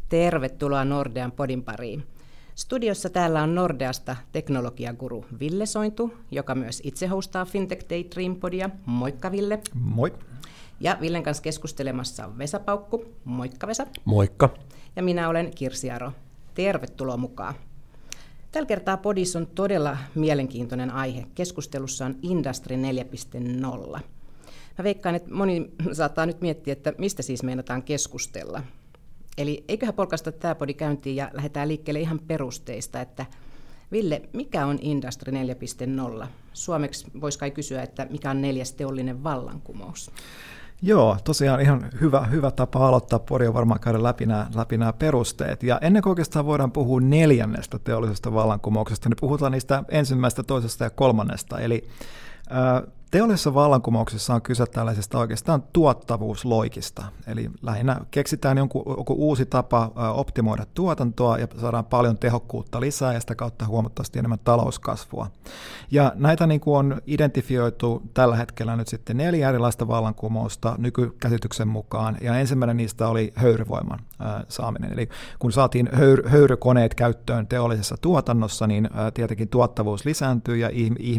Tervetuloa Nordean podin pariin. Studiossa täällä on Nordeasta teknologiaguru Ville Sointu, joka myös itse hostaa Fintech Daydream-podia. Moikka Ville. Moi. Ja Villen kanssa keskustelemassa on Vesa Paukku. Moikka Vesa. Moikka. Ja minä olen Kirsi Aro. Tervetuloa mukaan. Tällä kertaa podissa on todella mielenkiintoinen aihe. Keskustelussa on Industry 4.0. Mä veikkaan, että moni saattaa nyt miettiä, että mistä siis meinataan keskustella. Eli eiköhän polkaista tämä podi käyntiin ja lähdetään liikkeelle ihan perusteista, että Ville, mikä on Industry 4.0? Suomeksi voisi kai kysyä, että mikä on 4. teollinen vallankumous? Joo, tosiaan ihan hyvä tapa aloittaa. Podi on varmaan käydä läpi nämä perusteet. Ja ennen kuin oikeastaan voidaan puhua 4. teollisesta vallankumouksesta, niin puhutaan niistä ensimmäisestä, toisesta ja 3. Eli teollisessa vallankumouksessa on kyse tällaisesta oikeastaan tuottavuusloikista. Eli lähinnä keksitään joku uusi tapa optimoida tuotantoa ja saadaan paljon tehokkuutta lisää ja sitä kautta huomattavasti enemmän talouskasvua. Ja näitä niin kuin on identifioitu tällä hetkellä nyt sitten 4 erilaista vallankumousta nykykäsityksen mukaan. Ja ensimmäinen niistä oli höyryvoiman saaminen. Eli kun saatiin höyrykoneet käyttöön teollisessa tuotannossa, niin tietenkin tuottavuus lisääntyy ja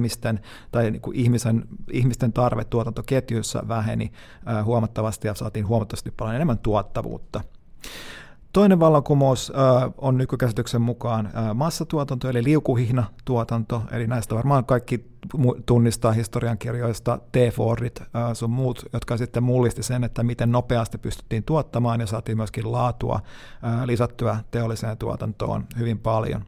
ihmisten tarve tuotantoketjuissa väheni huomattavasti ja saatiin huomattavasti paljon enemmän tuottavuutta. Toinen vallankumous on nykykäsityksen mukaan massatuotanto eli liukuhihnatuotanto, eli näistä varmaan kaikki tunnistaa historiankirjoista T-Fordit sun muut, jotka sitten mullisti sen, että miten nopeasti pystyttiin tuottamaan ja saatiin myöskin laatua lisättyä teolliseen tuotantoon hyvin paljon.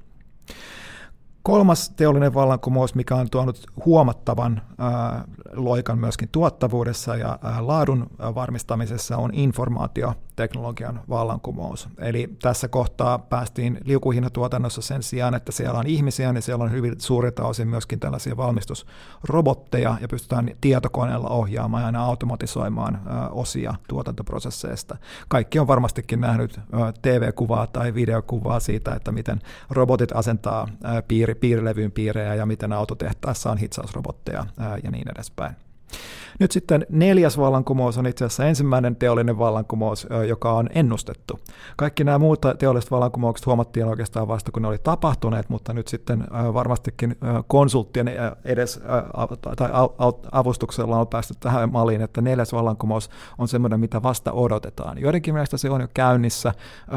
3. teollinen vallankumous, mikä on tuonut huomattavan loikan myöskin tuottavuudessa ja laadun varmistamisessa, on informaatioteknologian vallankumous. Eli tässä kohtaa päästiin liukuhihnatuotannossa sen sijaan, että siellä on ihmisiä, niin siellä on hyvin suurilta osin myöskin tällaisia valmistusrobotteja ja pystytään tietokoneella ohjaamaan ja aina automatisoimaan osia tuotantoprosesseista. Kaikki on varmastikin nähnyt TV-kuvaa tai videokuvaa siitä, että miten robotit asentaa piirilevyyn piirejä ja miten autotehtaissa on hitsausrobotteja ja niin edespäin. Nyt sitten 4. vallankumous on itse asiassa ensimmäinen teollinen vallankumous, joka on ennustettu. Kaikki nämä muut teolliset vallankumoukset huomattiin oikeastaan vasta, kun ne oli tapahtuneet, mutta nyt sitten varmastikin konsulttien edes tai avustuksella on päästy tähän malliin, että 4. vallankumous on semmoinen, mitä vasta odotetaan. Joidenkin mielestä se on jo käynnissä,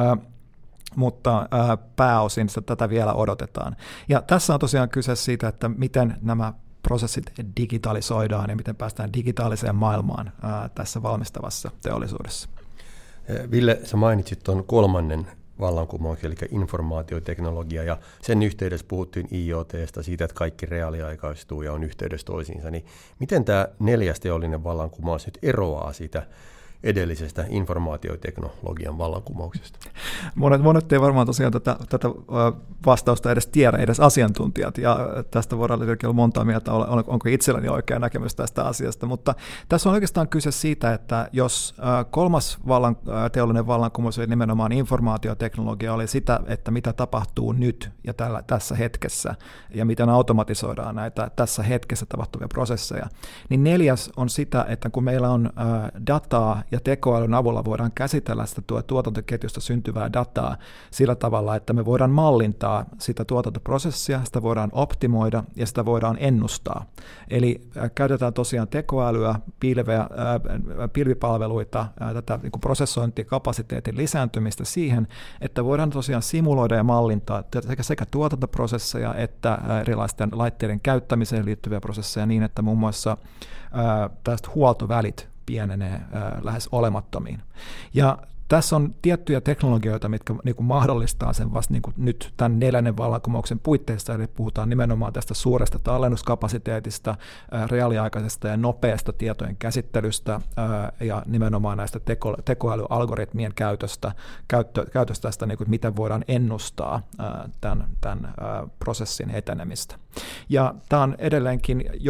mutta pääosin tätä vielä odotetaan. Ja tässä on tosiaan kyse siitä, että miten nämä prosessit digitalisoidaan ja miten päästään digitaaliseen maailmaan tässä valmistavassa teollisuudessa. Ville, sä mainitsit tuon 3. vallankumouksen, eli informaatioteknologia, ja sen yhteydessä puhuttiin IoT:sta, siitä, että kaikki reaaliaikaistuu ja on yhteydessä toisiinsa. Niin miten tämä 4. teollinen vallankumous nyt eroaa siitä edellisestä informaatioteknologian vallankumouksesta? Monet ei varmaan tosiaan tätä vastausta edes tiedä, edes asiantuntijat, ja tästä voidaan olla montaa mieltä, onko itselläni oikea näkemys tästä asiasta, mutta tässä on oikeastaan kyse siitä, että jos 3. teollinen vallankumous oli nimenomaan informaatioteknologia, oli sitä, että mitä tapahtuu nyt ja tässä hetkessä, ja miten automatisoidaan näitä tässä hetkessä tapahtuvia prosesseja, niin 4. on sitä, että kun meillä on dataa, ja tekoälyn avulla voidaan käsitellä sitä tuotantoketjusta syntyvää dataa sillä tavalla, että me voidaan mallintaa sitä tuotantoprosessia, sitä voidaan optimoida ja sitä voidaan ennustaa. Eli käytetään tosiaan tekoälyä, pilvipalveluita, tätä niin kuin prosessointikapasiteetin lisääntymistä siihen, että voidaan tosiaan simuloida ja mallintaa sekä tuotantoprosesseja että erilaisten laitteiden käyttämiseen liittyviä prosesseja niin, että muun muassa tästä huoltovälit pienenee lähes olemattomiin. Ja tässä on tiettyjä teknologioita, mitkä niin kuin mahdollistaa sen vasta niin kuin nyt tämän 4. vallankumouksen puitteissa, eli puhutaan nimenomaan tästä suuresta tallennuskapasiteetista, reaaliaikaisesta ja nopeasta tietojen käsittelystä ja nimenomaan näistä tekoälyalgoritmien käytöstä tästä, niin kuin, miten voidaan ennustaa tämän prosessin etenemistä. Ja tämä on edelleenkin, jos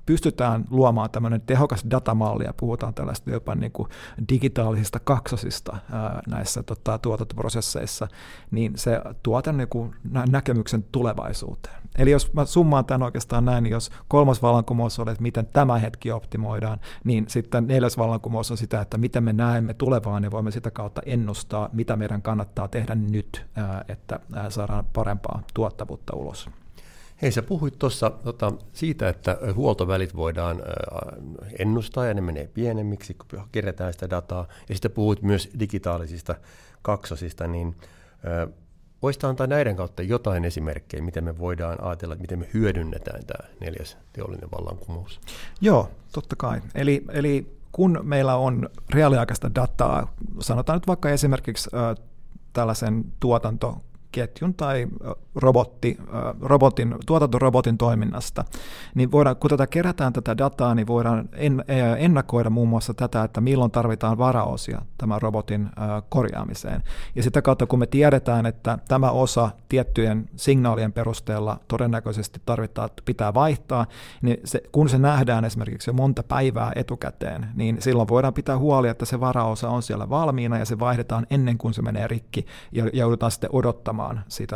pystytään luomaan tämmöinen tehokas datamalli, ja puhutaan tällaista jopa niin kuin digitaalisista kaksosista näissä tuotantoprosesseissa, niin se tuo tämän niin kuin näkemyksen tulevaisuuteen. Eli jos mä summaan tämän oikeastaan näin, niin jos 3. vallankumous on, että miten tämä hetki optimoidaan, niin sitten 4. vallankumous on sitä, että miten me näemme tulevaan ja voimme sitä kautta ennustaa, mitä meidän kannattaa tehdä nyt, että saadaan parempaa tuottavuutta ulos. Hei, sä puhuit tuossa siitä, että huoltovälit voidaan ennustaa ja ne menee pienemmiksi, kun kerätään sitä dataa. Ja sitten puhuit myös digitaalisista kaksosista, niin voisitko antaa näiden kautta jotain esimerkkejä, miten me voidaan ajatella, miten me hyödynnetään tämä 4. teollinen vallankumous? Joo, totta kai. Eli kun meillä on reaaliaikaista dataa, sanotaan nyt vaikka esimerkiksi tällaisen tuotantoketjun tai tuotantorobotin toiminnasta, niin kun kerätään tätä dataa, niin voidaan ennakoida muun muassa tätä, että milloin tarvitaan varaosia tämän robotin korjaamiseen. Ja sitä kautta, kun me tiedetään, että tämä osa tiettyjen signaalien perusteella todennäköisesti pitää vaihtaa, niin kun se nähdään esimerkiksi jo monta päivää etukäteen, niin silloin voidaan pitää huoli, että se varaosa on siellä valmiina ja se vaihdetaan ennen kuin se menee rikki ja joudutaan sitten odottamaan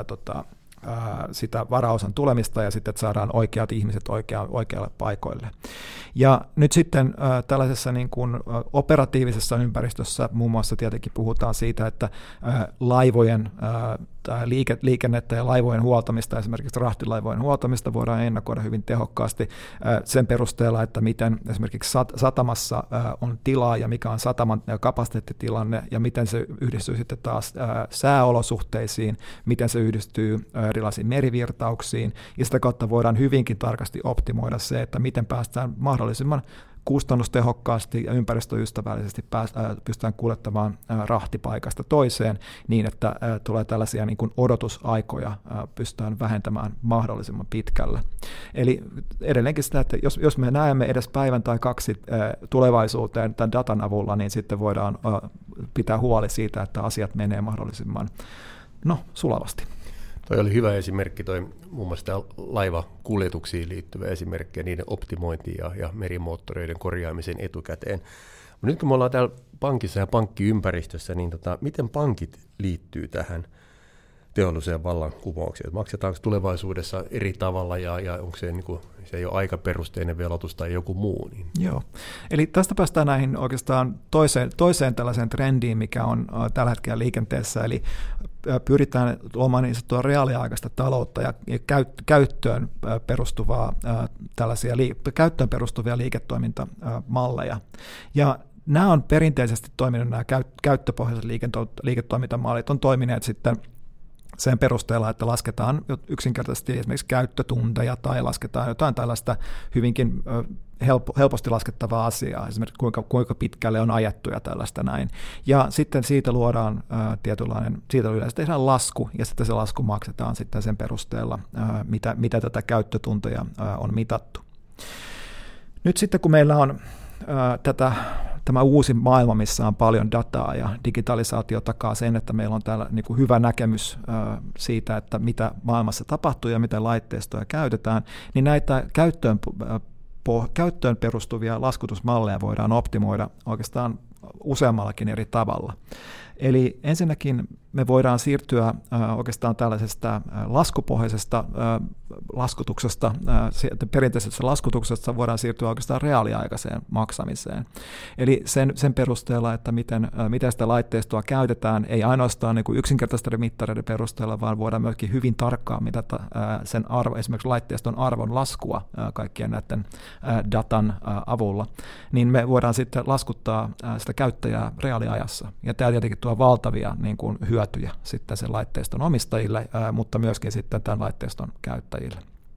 sitä varaosan tulemista ja sitten, että saadaan oikeat ihmiset oikealle paikoille. Ja nyt sitten tällaisessa niin kuin operatiivisessa ympäristössä muun muassa tietenkin puhutaan siitä, että laivojen liikennettä ja laivojen huoltamista, esimerkiksi rahtilaivojen huoltamista voidaan ennakoida hyvin tehokkaasti sen perusteella, että miten esimerkiksi satamassa on tilaa ja mikä on sataman kapasiteettitilanne ja miten se yhdistyy sitten taas sääolosuhteisiin, miten se yhdistyy erilaisiin merivirtauksiin ja sitä kautta voidaan hyvinkin tarkasti optimoida se, että miten päästään mahdollisimman kustannustehokkaasti ja ympäristöystävällisesti pystytään kuljettamaan rahtipaikasta toiseen niin, että tulee tällaisia niin kuin odotusaikoja pystytään vähentämään mahdollisimman pitkälle. Eli edelleenkin sitä, että jos me näemme edes päivän tai 2 tulevaisuuteen tämän datan avulla, niin sitten voidaan pitää huoli siitä, että asiat menee mahdollisimman sulavasti. Toi oli hyvä esimerkki, muun muassa tämä laivakuljetuksiin liittyvä esimerkki ja niiden optimointi ja merimoottoreiden korjaamisen etukäteen. Mutta nyt kun me ollaan täällä pankissa ja pankkiympäristössä, niin miten pankit liittyy tähän teolliseen vallankumoukseen? Maksetaanko tulevaisuudessa eri tavalla ja onko se, niin kuin, se ei ole aikaperusteinen velotus tai joku muu? Niin. Joo, eli tästä päästään näihin oikeastaan toiseen tällaiseen trendiin, mikä on tällä hetkellä liikenteessä, eli pyritään luomaan niin sanottua reaaliaikaista taloutta ja käyttöön perustuvia liiketoimintamalleja. Ja nämä on perinteisesti toiminut, nämä käyttöpohjaiset liiketoimintamallit on toimineet sitten sen perusteella, että lasketaan yksinkertaisesti esimerkiksi käyttötunteja tai lasketaan jotain tällaista hyvinkin helposti laskettavaa asiaa, esimerkiksi kuinka pitkälle on ajettu ja tällaista näin. Ja sitten siitä luodaan siitä yleensä tehdään lasku ja sitten se lasku maksetaan sitten sen perusteella, mitä tätä käyttötunteja on mitattu. Nyt sitten kun meillä on tämä uusi maailma, missä on paljon dataa ja digitalisaatio takaa sen, että meillä on täällä niin kuin hyvä näkemys siitä, että mitä maailmassa tapahtuu ja miten laitteistoja käytetään, niin näitä käyttöön perustuvia laskutusmalleja voidaan optimoida oikeastaan useammallakin eri tavalla. Eli ensinnäkin me voidaan siirtyä oikeastaan tällaisesta laskupohjaisesta laskutuksesta, perinteisestä laskutuksesta voidaan siirtyä oikeastaan reaaliaikaiseen maksamiseen. Eli sen perusteella, että miten sitä laitteistoa käytetään, ei ainoastaan niin kuin yksinkertaisten mittareiden perusteella, vaan voidaan myöskin hyvin tarkkaan mitata sen esimerkiksi laitteiston arvon laskua kaikkien näiden datan avulla, niin me voidaan sitten laskuttaa sitä käyttäjää reaaliajassa. Ja tämä tietenkin tuo valtavia niin kuin hyötyjä sitten sen laitteiston omistajille, mutta myöskin sitten tämän laitteiston käyttäjille.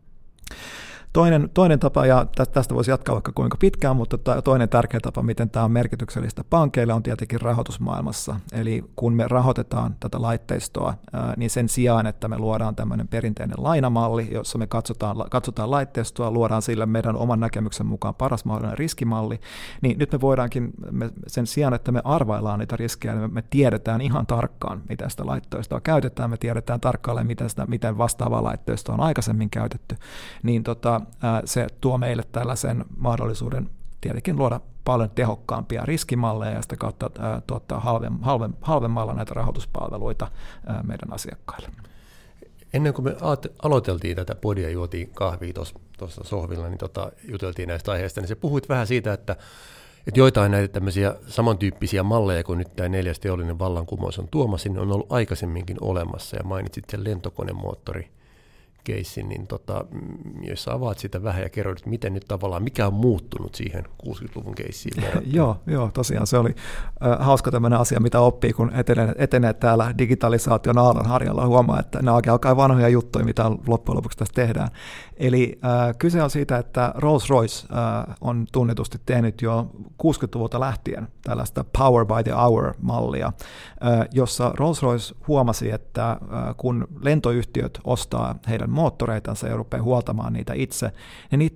Toinen tapa, ja tästä voisi jatkaa vaikka kuinka pitkään, mutta toinen tärkeä tapa, miten tämä on merkityksellistä pankeille, on tietenkin rahoitusmaailmassa. Eli kun me rahoitetaan tätä laitteistoa, niin sen sijaan, että me luodaan tämmöinen perinteinen lainamalli, jossa me katsotaan laitteistoa, luodaan sille meidän oman näkemyksen mukaan paras mahdollinen riskimalli, niin nyt me voidaankin sen sijaan, että me arvaillaan niitä riskejä, niin me tiedetään ihan tarkkaan, miten sitä laitteistoa käytetään, me tiedetään tarkkaan, miten vastaavaa laitteistoa on aikaisemmin käytetty, niin mutta se tuo meille tällaisen mahdollisuuden tietenkin luoda paljon tehokkaampia riskimalleja ja sitä kautta tuottaa halvemmalla näitä rahoituspalveluita meidän asiakkaille. Ennen kuin me aloiteltiin tätä podia ja juotiin kahvia tuossa sohvilla, niin juteltiin näistä aiheista, niin se puhuit vähän siitä, että joitain näitä tämmöisiä samantyyppisiä malleja kuin nyt tämä 4. teollinen vallankumous on tuomassa, niin on ollut aikaisemminkin olemassa, ja mainitsit sen lentokonemoottori keissin, niin jos avaat sitä vähän ja kerroit, että miten nyt tavallaan, mikä on muuttunut siihen 60-luvun keissiin. Joo, tosiaan se oli hauska tämmöinen asia, mitä oppii, kun etenee täällä digitalisaation aallonharjalla, huomaa, että nämä on aika vanhoja juttuja, mitä loppujen lopuksi tässä tehdään. Eli kyse on siitä, että Rolls-Royce on tunnetusti tehnyt jo 60-luvulta lähtien tällaista Power by the Hour-mallia, jossa Rolls-Royce huomasi, että kun lentoyhtiöt ostaa heidän moottoreitansa ja rupeaa huoltamaan niitä itse, niin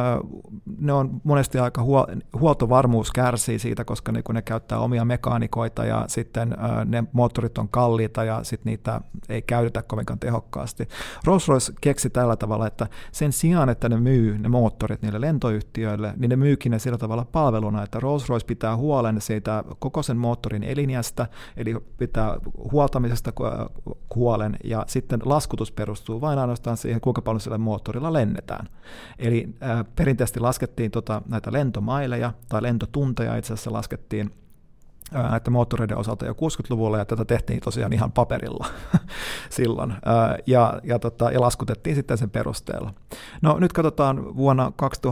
ne on monesti aika huoltovarmuus kärsii siitä, koska ne käyttää omia mekaanikoita ja sitten ne moottorit on kalliita ja sitten niitä ei käytetä kovinkaan tehokkaasti. Rolls-Royce keksi tällä tavalla, että sen sijaan, että ne myy ne moottorit niille lentoyhtiöille, niin ne myykin ne sillä tavalla palveluna, että Rolls-Royce pitää huolen siitä koko sen moottorin elinjästä, eli pitää huoltamisesta huolen, ja sitten laskutus perustuu vain ainoastaan siihen, kuinka paljon sillä moottorilla lennetään. Eli perinteisesti laskettiin näitä lentomaileja, tai lentotunteja itse asiassa laskettiin näiden moottoreiden osalta jo 60-luvulla, ja tätä tehtiin tosiaan ihan paperilla silloin, ja laskutettiin sitten sen perusteella. No nyt katsotaan vuonna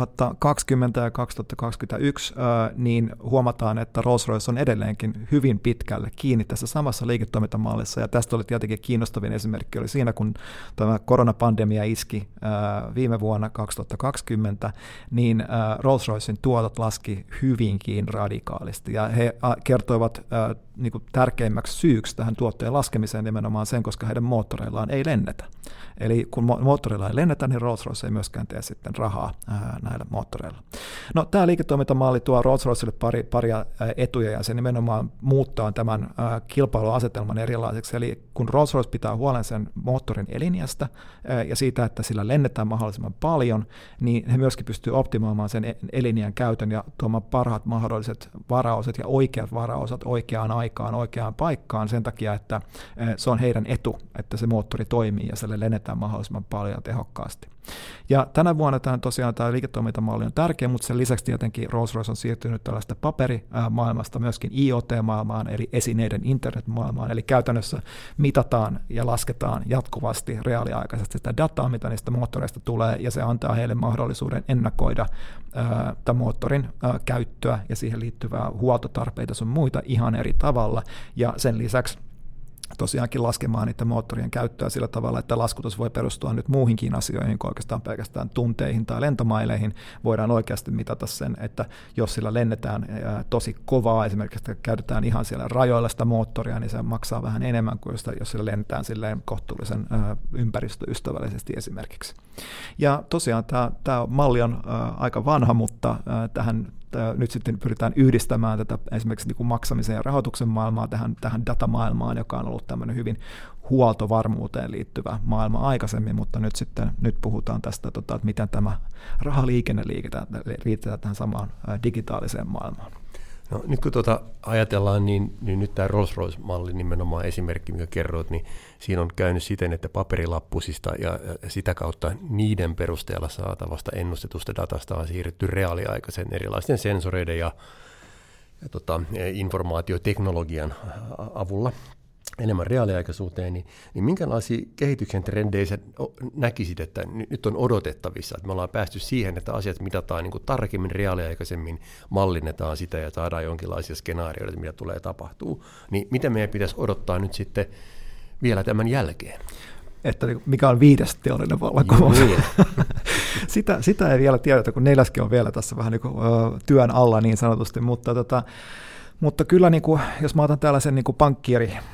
2020 ja 2021, niin huomataan, että Rolls-Royce on edelleenkin hyvin pitkälle kiinni tässä samassa liiketoimintamallissa, ja tästä oli tietenkin kiinnostavin esimerkki oli siinä, kun tämä koronapandemia iski viime vuonna 2020, niin Rolls-Roycen tuotot laski hyvinkin radikaalisti, ja he kertoivat niin kuin tärkeimmäksi syyksi tähän tuotteen laskemiseen nimenomaan sen, koska heidän moottoreillaan ei lennetä. Eli kun moottoreilla ei lennetä, niin Rolls-Royce ei myöskään tee sitten rahaa näillä moottoreilla. No, tämä liiketoimintamalli tuo Rolls-Roycelle paria etuja, ja se nimenomaan muuttaa tämän kilpailuasetelman erilaiseksi. Eli kun Rolls-Royce pitää huolen sen moottorin elinjästä ja siitä, että sillä lennetään mahdollisimman paljon, niin he myöskin pystyy optimoimaan sen elinjän käytön ja tuomaan parhaat mahdolliset varaoset ja oikeat varaosat oikeaan aikaan, oikeaan paikkaan sen takia, että se on heidän etu, että se moottori toimii ja sille lennetään mahdollisimman paljon ja tehokkaasti. Ja tänä vuonna tämä liiketoimintamalli on tärkeä, mutta sen lisäksi tietenkin Rolls-Royce on siirtynyt tällaista paperimaailmasta myöskin IoT-maailmaan, eli esineiden internet-maailmaan, eli käytännössä mitataan ja lasketaan jatkuvasti reaaliaikaisesti sitä dataa, mitä niistä moottoreista tulee, ja se antaa heille mahdollisuuden ennakoida tämän moottorin käyttöä ja siihen liittyvää huoltotarpeita sun muita ihan eri tavalla, ja sen lisäksi tosiaankin laskemaan niiden moottorien käyttöä sillä tavalla, että laskutus voi perustua nyt muuhinkin asioihin kuin oikeastaan pelkästään tunteihin tai lentomaileihin. Voidaan oikeasti mitata sen, että jos sillä lennetään tosi kovaa, esimerkiksi käytetään ihan siellä rajoilla sitä moottoria, niin se maksaa vähän enemmän kuin jos sillä lennetään silleen kohtuullisen ympäristöystävällisesti esimerkiksi. Ja tosiaan tämä malli on aika vanha, mutta nyt sitten pyritään yhdistämään tätä esimerkiksi niin kuin maksamisen ja rahoituksen maailmaa tähän datamaailmaan, joka on ollut tämmöinen hyvin huoltovarmuuteen liittyvä maailma aikaisemmin, mutta nyt puhutaan tästä, että miten tämä rahaliikenne liitetään tähän samaan digitaaliseen maailmaan. No, nyt kun ajatellaan, niin nyt tämä Rolls-Royce-malli nimenomaan esimerkki, mikä kerroit, niin siinä on käynyt siten, että paperilappusista ja sitä kautta niiden perusteella saatavasta ennustetusta datasta on siirrytty reaaliaikaisen erilaisten sensoreiden ja informaatioteknologian avulla enemmän reaaliaikaisuuteen, niin minkälaisia kehityksen trendejä sä näkisit, että nyt on odotettavissa, että me ollaan päästy siihen, että asiat mitataan niin kuin tarkemmin, reaaliaikaisemmin, mallinnetaan sitä ja saadaan jonkinlaisia skenaarioita, mitä tulee tapahtuu, niin mitä meidän pitäisi odottaa nyt sitten vielä tämän jälkeen? Että mikä on 5. teollinen vallankumous. Sitä ei vielä tiedetä, kun 4. on vielä tässä vähän niin kuin työn alla niin sanotusti, mutta kyllä niin kuin, jos mä otan tällaisen niin kuin pankkiiri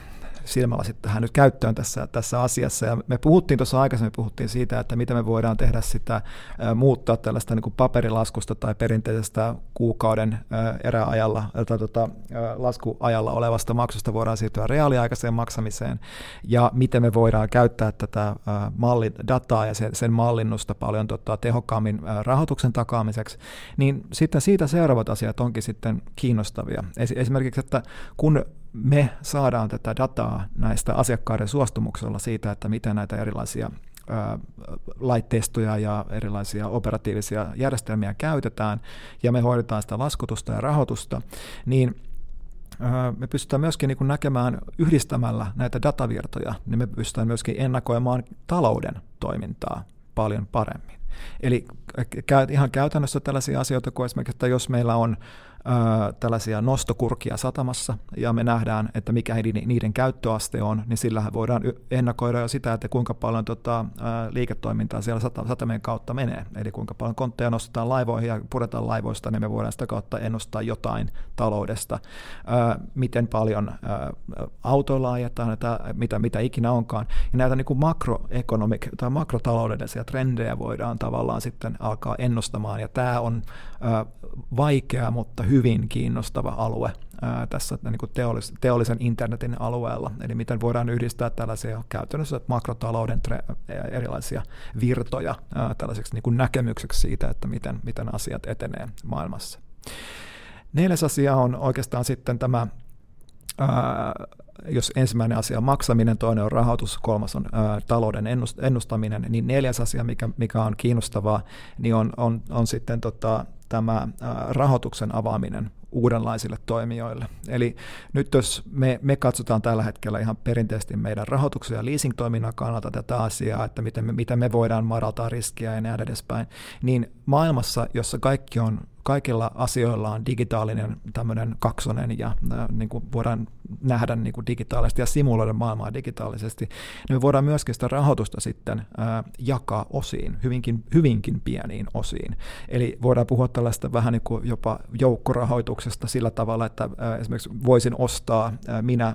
silmälasit tähän nyt käyttöön tässä asiassa. Ja me puhuttiin tuossa aikaisemmin siitä, että miten me voidaan tehdä sitä, muuttaa tällaista niin kuin paperilaskusta tai perinteisestä kuukauden eräajalla laskuajalla olevasta maksusta voidaan siirtyä reaaliaikaiseen maksamiseen, ja miten me voidaan käyttää tätä mallidataa ja sen mallinnusta paljon tehokkaammin rahoituksen takaamiseksi, niin sitten siitä seuraavat asiat onkin sitten kiinnostavia. Esimerkiksi, että kun me saadaan tätä dataa näistä asiakkaiden suostumuksella siitä, että miten näitä erilaisia laitteistoja ja erilaisia operatiivisia järjestelmiä käytetään, ja me hoidetaan sitä laskutusta ja rahoitusta, niin me pystytään myöskin niin kuin näkemään yhdistämällä näitä datavirtoja, niin me pystytään myöskin ennakoimaan talouden toimintaa paljon paremmin. Eli ihan käytännössä tällaisia asioita kuin esimerkiksi, että jos meillä on tällaisia nostokurkia satamassa, ja me nähdään, että mikä niiden käyttöaste on, niin sillähän voidaan ennakoida jo sitä, että kuinka paljon liiketoimintaa siellä satamien kautta menee. Eli kuinka paljon kontteja nostetaan laivoihin ja puretaan laivoista, niin me voidaan sitä kautta ennustaa jotain taloudesta. Miten paljon autoilla ajetaan, mitä ikinä onkaan. Ja näitä niin kuin makrotaloudellisia trendejä voidaan tavallaan sitten alkaa ennustamaan, ja tämä on vaikea, mutta hyvin kiinnostava alue tässä niin kuin teollisen internetin alueella. Eli miten voidaan yhdistää tällaisia käytännössä makrotalouden erilaisia virtoja tällaiseksi niin kuin näkemykseksi siitä, että miten asiat etenee maailmassa. 4. asia on oikeastaan sitten tämä, jos ensimmäinen asia on maksaminen, toinen on rahoitus, 3. on talouden ennustaminen, niin 4. asia, mikä on kiinnostavaa, niin on sitten tämä rahoituksen avaaminen uudenlaisille toimijoille. Eli nyt jos me katsotaan tällä hetkellä ihan perinteisesti meidän rahoituksen ja leasing-toiminnan kannalta tätä asiaa, että miten me voidaan madaltaa riskiä ja näin edespäin, niin maailmassa, jossa kaikilla asioilla on digitaalinen tämmöinen kaksonen ja niin kuin voidaan nähdä niin kuin digitaalisesti ja simuloida maailmaa digitaalisesti, niin me voidaan myöskin sitä rahoitusta sitten jakaa osiin, hyvinkin pieniin osiin. Eli voidaan puhua tällaista vähän niin kuin jopa joukkorahoituksesta sillä tavalla, että esimerkiksi voisin ostaa minä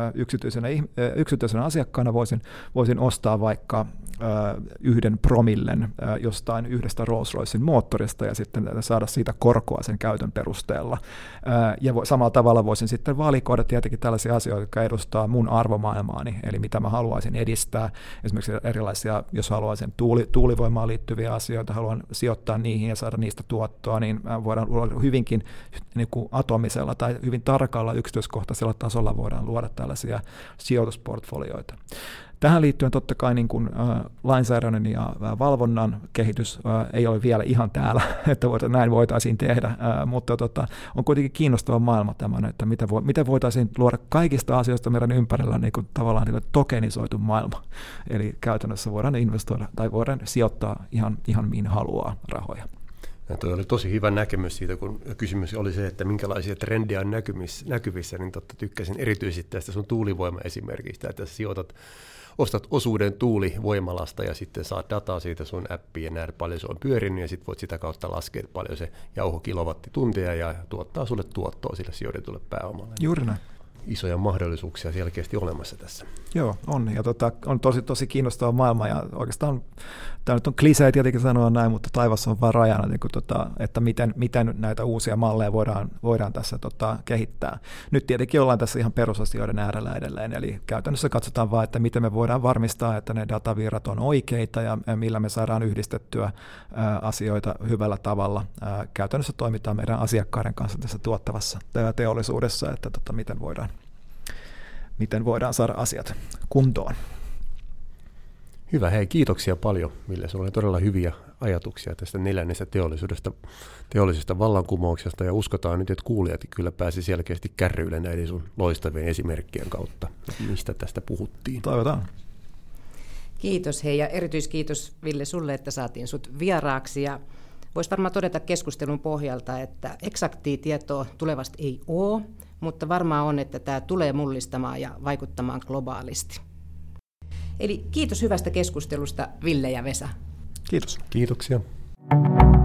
yksityisenä asiakkaana voisin ostaa vaikka 1 promillen jostain yhdestä Rolls-Roycen moottorista ja sitten saada siitä korkoa sen käytön perusteella. Ja samalla tavalla voisin sitten valikoida tietenkin tällaisia asioita, jotka edustaa mun arvomaailmaani, eli mitä mä haluaisin edistää. Esimerkiksi erilaisia, jos haluaisin tuulivoimaan liittyviä asioita, haluan sijoittaa niihin ja saada niistä tuottoa, niin voidaan hyvinkin niin kuin atomisella tai hyvin tarkalla yksityiskohtaisella tasolla voidaan luoda tällaisia sijoitusportfolioita. Tähän liittyen totta kai niin kuin, lainsäädännön ja valvonnan kehitys ei ole vielä ihan täällä, että näin voitaisiin tehdä, mutta on kuitenkin kiinnostava maailma tämmöinen, että miten voitaisiin luoda kaikista asioista meidän ympärillä niin kuin, tavallaan niin kuin tokenisoitu maailma. Eli käytännössä voidaan investoida tai voidaan sijoittaa ihan mihin haluaa rahoja. Ja tuo oli tosi hyvä näkemys siitä, kun kysymys oli se, että minkälaisia trendejä on näkyvissä, niin tykkäsin erityisesti tästä sun tuulivoima-esimerkistä, että ostat osuuden tuulivoimalasta ja sitten saat dataa siitä sun appiin ja nähdä paljon se on pyörinyt ja sitten voit sitä kautta laskea paljon se jauho kilowattituntia ja tuottaa sulle tuottoa sille sijoitetulle pääomalle. Juuri näin. Isoja mahdollisuuksia selkeästi olemassa tässä. Joo, on. Ja on tosi kiinnostava maailma ja oikeastaan, tämä nyt on klisee tietenkin sanoa näin, mutta taivas on vaan rajana, niin kuin, että miten näitä uusia malleja voidaan tässä kehittää. Nyt tietenkin ollaan tässä ihan perusasioiden äärellä edelleen, eli käytännössä katsotaan vaan, että miten me voidaan varmistaa, että ne datavirrat on oikeita ja millä me saadaan yhdistettyä asioita hyvällä tavalla. Käytännössä toimitaan meidän asiakkaiden kanssa tässä tuottavassa teollisuudessa, että miten voidaan saada asiat kuntoon. Hyvä, hei, kiitoksia paljon, Ville. Sinulla oli todella hyviä ajatuksia tästä 4. teollisesta vallankumouksesta, ja uskotaan nyt, että kuulijat kyllä pääsi selkeästi kärryille näiden sun loistavien esimerkkien kautta, mistä tästä puhuttiin. Toivotaan. Kiitos, hei, ja erityiskiitos Ville sulle, että saatiin sut vieraaksi, ja voisi varmaan todeta keskustelun pohjalta, että eksaktia tietoa tulevasta ei ole, mutta varmaan on, että tämä tulee mullistamaan ja vaikuttamaan globaalisti. Eli kiitos hyvästä keskustelusta, Ville ja Vesa. Kiitos. Kiitoksia.